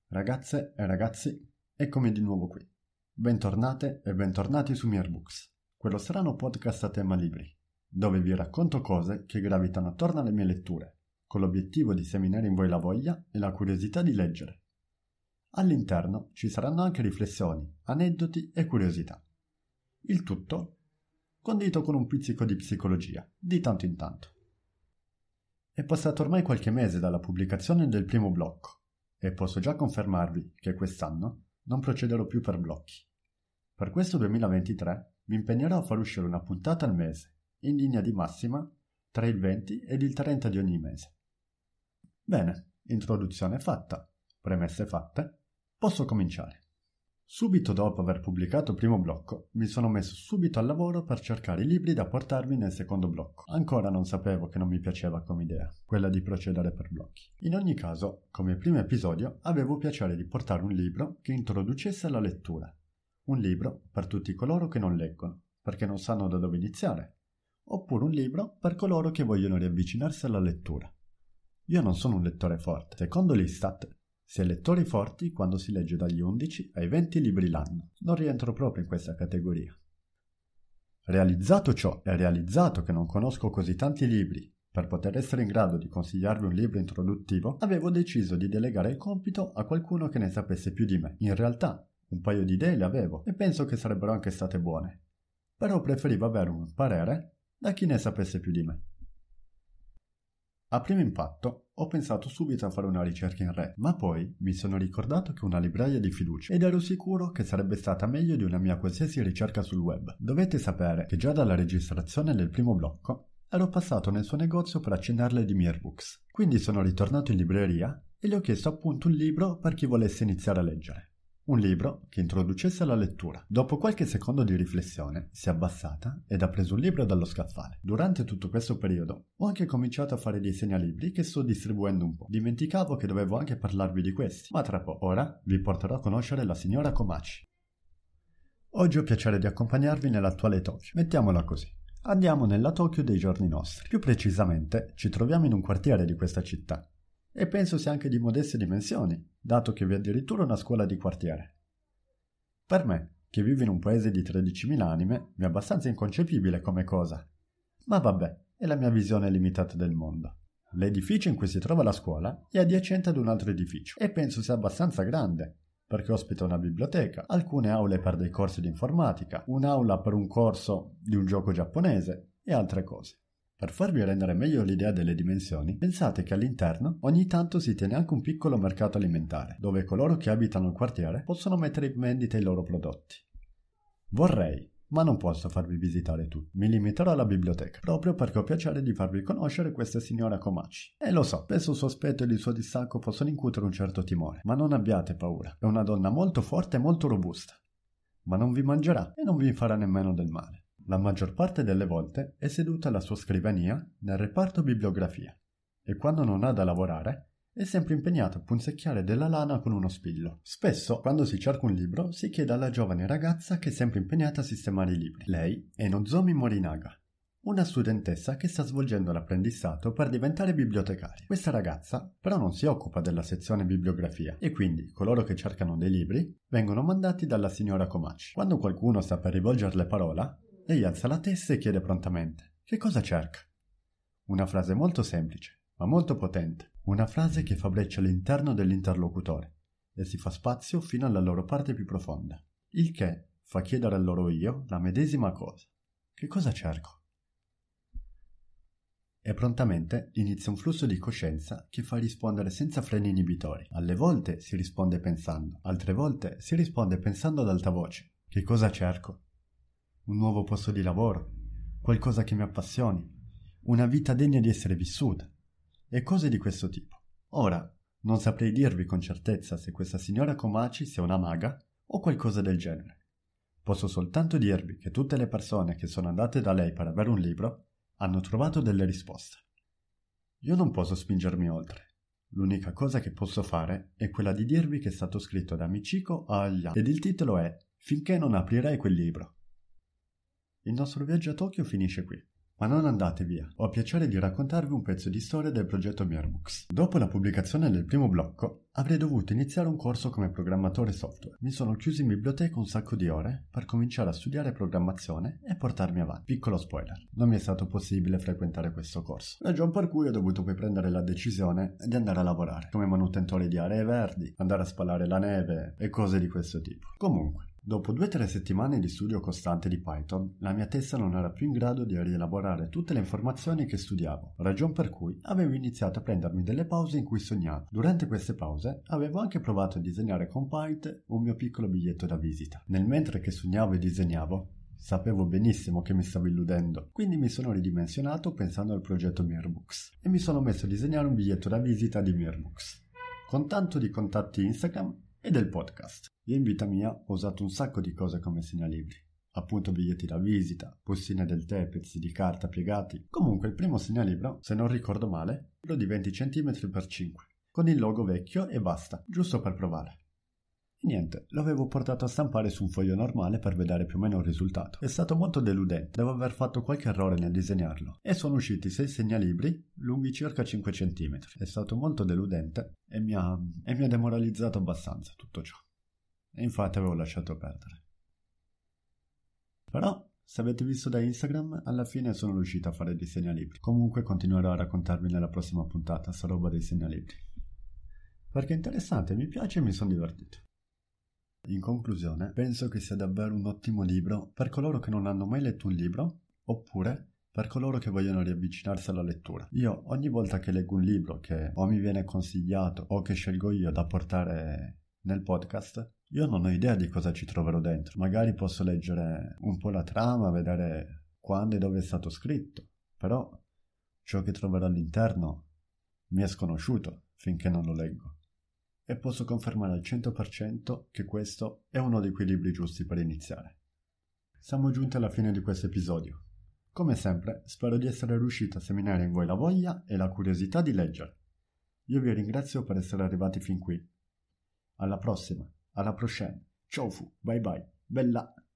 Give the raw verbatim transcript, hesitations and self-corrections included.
Ragazze e ragazzi, eccomi di nuovo qui. Bentornate e bentornati su Mirbooks, quello strano podcast a tema libri, dove vi racconto cose che gravitano attorno alle mie letture, con l'obiettivo di seminare in voi la voglia e la curiosità di leggere. All'interno ci saranno anche riflessioni, aneddoti e curiosità. Il tutto condito con un pizzico di psicologia, di tanto in tanto. È passato ormai qualche mese dalla pubblicazione del primo blocco, e posso già confermarvi che quest'anno non procederò più per blocchi. Per questo duemilaventitré mi impegnerò a far uscire una puntata al mese, in linea di massima tra il venti ed il trenta di ogni mese. Bene, introduzione fatta, premesse fatte, posso cominciare. Subito dopo aver pubblicato il primo blocco, mi sono messo subito al lavoro per cercare i libri da portarvi nel secondo blocco. Ancora non sapevo che non mi piaceva come idea, quella di procedere per blocchi. In ogni caso, come primo episodio, avevo piacere di portare un libro che introducesse la lettura. Un libro per tutti coloro che non leggono, perché non sanno da dove iniziare, oppure un libro per coloro che vogliono riavvicinarsi alla lettura. Io non sono un lettore forte. Secondo l'Istat, si è lettori forti quando si legge dagli undici ai venti libri l'anno. Non rientro proprio in questa categoria. Realizzato ciò e realizzato che non conosco così tanti libri per poter essere in grado di consigliarvi un libro introduttivo, avevo deciso di delegare il compito a qualcuno che ne sapesse più di me. In realtà, un paio di idee le avevo e penso che sarebbero anche state buone. Però preferivo avere un parere da chi ne sapesse più di me. A primo impatto ho pensato subito a fare una ricerca in rete, ma poi mi sono ricordato che ho una libraia di fiducia ed ero sicuro che sarebbe stata meglio di una mia qualsiasi ricerca sul web. Dovete sapere che già dalla registrazione del primo blocco ero passato nel suo negozio per accennarle di Mirbooks, quindi sono ritornato in libreria e le ho chiesto appunto un libro per chi volesse iniziare a leggere. Un libro che introducesse la lettura. Dopo qualche secondo di riflessione si è abbassata ed ha preso un libro dallo scaffale. Durante tutto questo periodo ho anche cominciato a fare dei segnalibri che sto distribuendo un po'. Dimenticavo che dovevo anche parlarvi di questi, ma tra poco. Ora vi porterò a conoscere la signora Komachi. Oggi ho piacere di accompagnarvi nell'attuale Tokyo. Mettiamola così. Andiamo nella Tokyo dei giorni nostri. Più precisamente ci troviamo in un quartiere di questa città. E penso sia anche di modeste dimensioni, dato che vi è addirittura una scuola di quartiere. Per me, che vivo in un paese di tredicimila anime, mi è abbastanza inconcepibile come cosa. Ma vabbè, è la mia visione limitata del mondo. L'edificio in cui si trova la scuola è adiacente ad un altro edificio, e penso sia abbastanza grande, perché ospita una biblioteca, alcune aule per dei corsi di informatica, un'aula per un corso di un gioco giapponese e altre cose. Per farvi rendere meglio l'idea delle dimensioni, pensate che all'interno ogni tanto si tiene anche un piccolo mercato alimentare, dove coloro che abitano il quartiere possono mettere in vendita i loro prodotti. Vorrei, ma non posso farvi visitare tutto. Mi limiterò alla biblioteca, proprio perché ho piacere di farvi conoscere questa signora Komachi. E lo so, spesso il suo aspetto e il suo distacco possono incutere un certo timore, ma non abbiate paura. È una donna molto forte e molto robusta, ma non vi mangerà e non vi farà nemmeno del male. La maggior parte delle volte è seduta alla sua scrivania nel reparto bibliografia e quando non ha da lavorare è sempre impegnata a punzecchiare della lana con uno spillo. Spesso, quando si cerca un libro, si chiede alla giovane ragazza che è sempre impegnata a sistemare i libri. Lei è Nozomi Morinaga, una studentessa che sta svolgendo l'apprendistato per diventare bibliotecaria. Questa ragazza però non si occupa della sezione bibliografia e quindi coloro che cercano dei libri vengono mandati dalla signora Komachi. Quando qualcuno sta per rivolgerle parola, lei alza la testa e chiede prontamente: che cosa cerca? Una frase molto semplice, ma molto potente. Una frase che fa breccia all'interno dell'interlocutore e si fa spazio fino alla loro parte più profonda. Il che fa chiedere al loro io la medesima cosa. Che cosa cerco? E prontamente inizia un flusso di coscienza che fa rispondere senza freni inibitori. Alle volte si risponde pensando, altre volte si risponde pensando ad alta voce. Che cosa cerco? Un nuovo posto di lavoro, qualcosa che mi appassioni, una vita degna di essere vissuta, e cose di questo tipo. Ora, non saprei dirvi con certezza se questa signora Komachi sia una maga o qualcosa del genere. Posso soltanto dirvi che tutte le persone che sono andate da lei per avere un libro hanno trovato delle risposte. Io non posso spingermi oltre. L'unica cosa che posso fare è quella di dirvi che è stato scritto da Michiko Aoya ed il titolo è Finché non aprirei quel libro. Il nostro viaggio a Tokyo finisce qui. Ma non andate via, ho piacere di raccontarvi un pezzo di storia del progetto Mearbooks. Dopo la pubblicazione del primo blocco, avrei dovuto iniziare un corso come programmatore software. Mi sono chiuso in biblioteca un sacco di ore per cominciare a studiare programmazione e portarmi avanti. Piccolo spoiler, non mi è stato possibile frequentare questo corso, ragion per cui ho dovuto poi prendere la decisione di andare a lavorare come manutentore di aree verdi, andare a spalare la neve e cose di questo tipo. Comunque, dopo due o tre settimane di studio costante di Python, la mia testa non era più in grado di rielaborare tutte le informazioni che studiavo, ragion per cui avevo iniziato a prendermi delle pause in cui sognavo. Durante queste pause avevo anche provato a disegnare con Python un mio piccolo biglietto da visita. Nel mentre che sognavo e disegnavo, sapevo benissimo che mi stavo illudendo, quindi mi sono ridimensionato pensando al progetto Mearbooks e mi sono messo a disegnare un biglietto da visita di Mearbooks, con tanto di contatti Instagram e del podcast. Io in vita mia ho usato un sacco di cose come segnalibri, appunto biglietti da visita, postine del tè, pezzi di carta piegati. Comunque il primo segnalibro, se non ricordo male, ero di venti centimetri per cinque, con il logo vecchio e basta, giusto per provare. E niente, l'avevo portato a stampare su un foglio normale per vedere più o meno il risultato. È stato molto deludente, devo aver fatto qualche errore nel disegnarlo. E sono usciti sei segnalibri lunghi circa cinque centimetri. È stato molto deludente e mi ha, e mi ha demoralizzato abbastanza tutto ciò. E infatti avevo lasciato perdere. Però, se avete visto da Instagram, alla fine sono riuscito a fare dei segnalibri. Comunque continuerò a raccontarvi nella prossima puntata sta roba dei segnalibri. Perché è interessante, mi piace e mi sono divertito. In conclusione, penso che sia davvero un ottimo libro per coloro che non hanno mai letto un libro, oppure per coloro che vogliono riavvicinarsi alla lettura. Io ogni volta che leggo un libro che o mi viene consigliato o che scelgo io da portare nel podcast, io non ho idea di cosa ci troverò dentro. Magari posso leggere un po' la trama, vedere quando e dove è stato scritto, però ciò che troverò all'interno mi è sconosciuto finché non lo leggo. E posso confermare al cento per cento che questo è uno di quei libri giusti per iniziare. Siamo giunti alla fine di questo episodio. Come sempre, spero di essere riuscito a seminare in voi la voglia e la curiosità di leggere. Io vi ringrazio per essere arrivati fin qui. Alla prossima, alla prochaine. Ciao fu, bye bye, bella!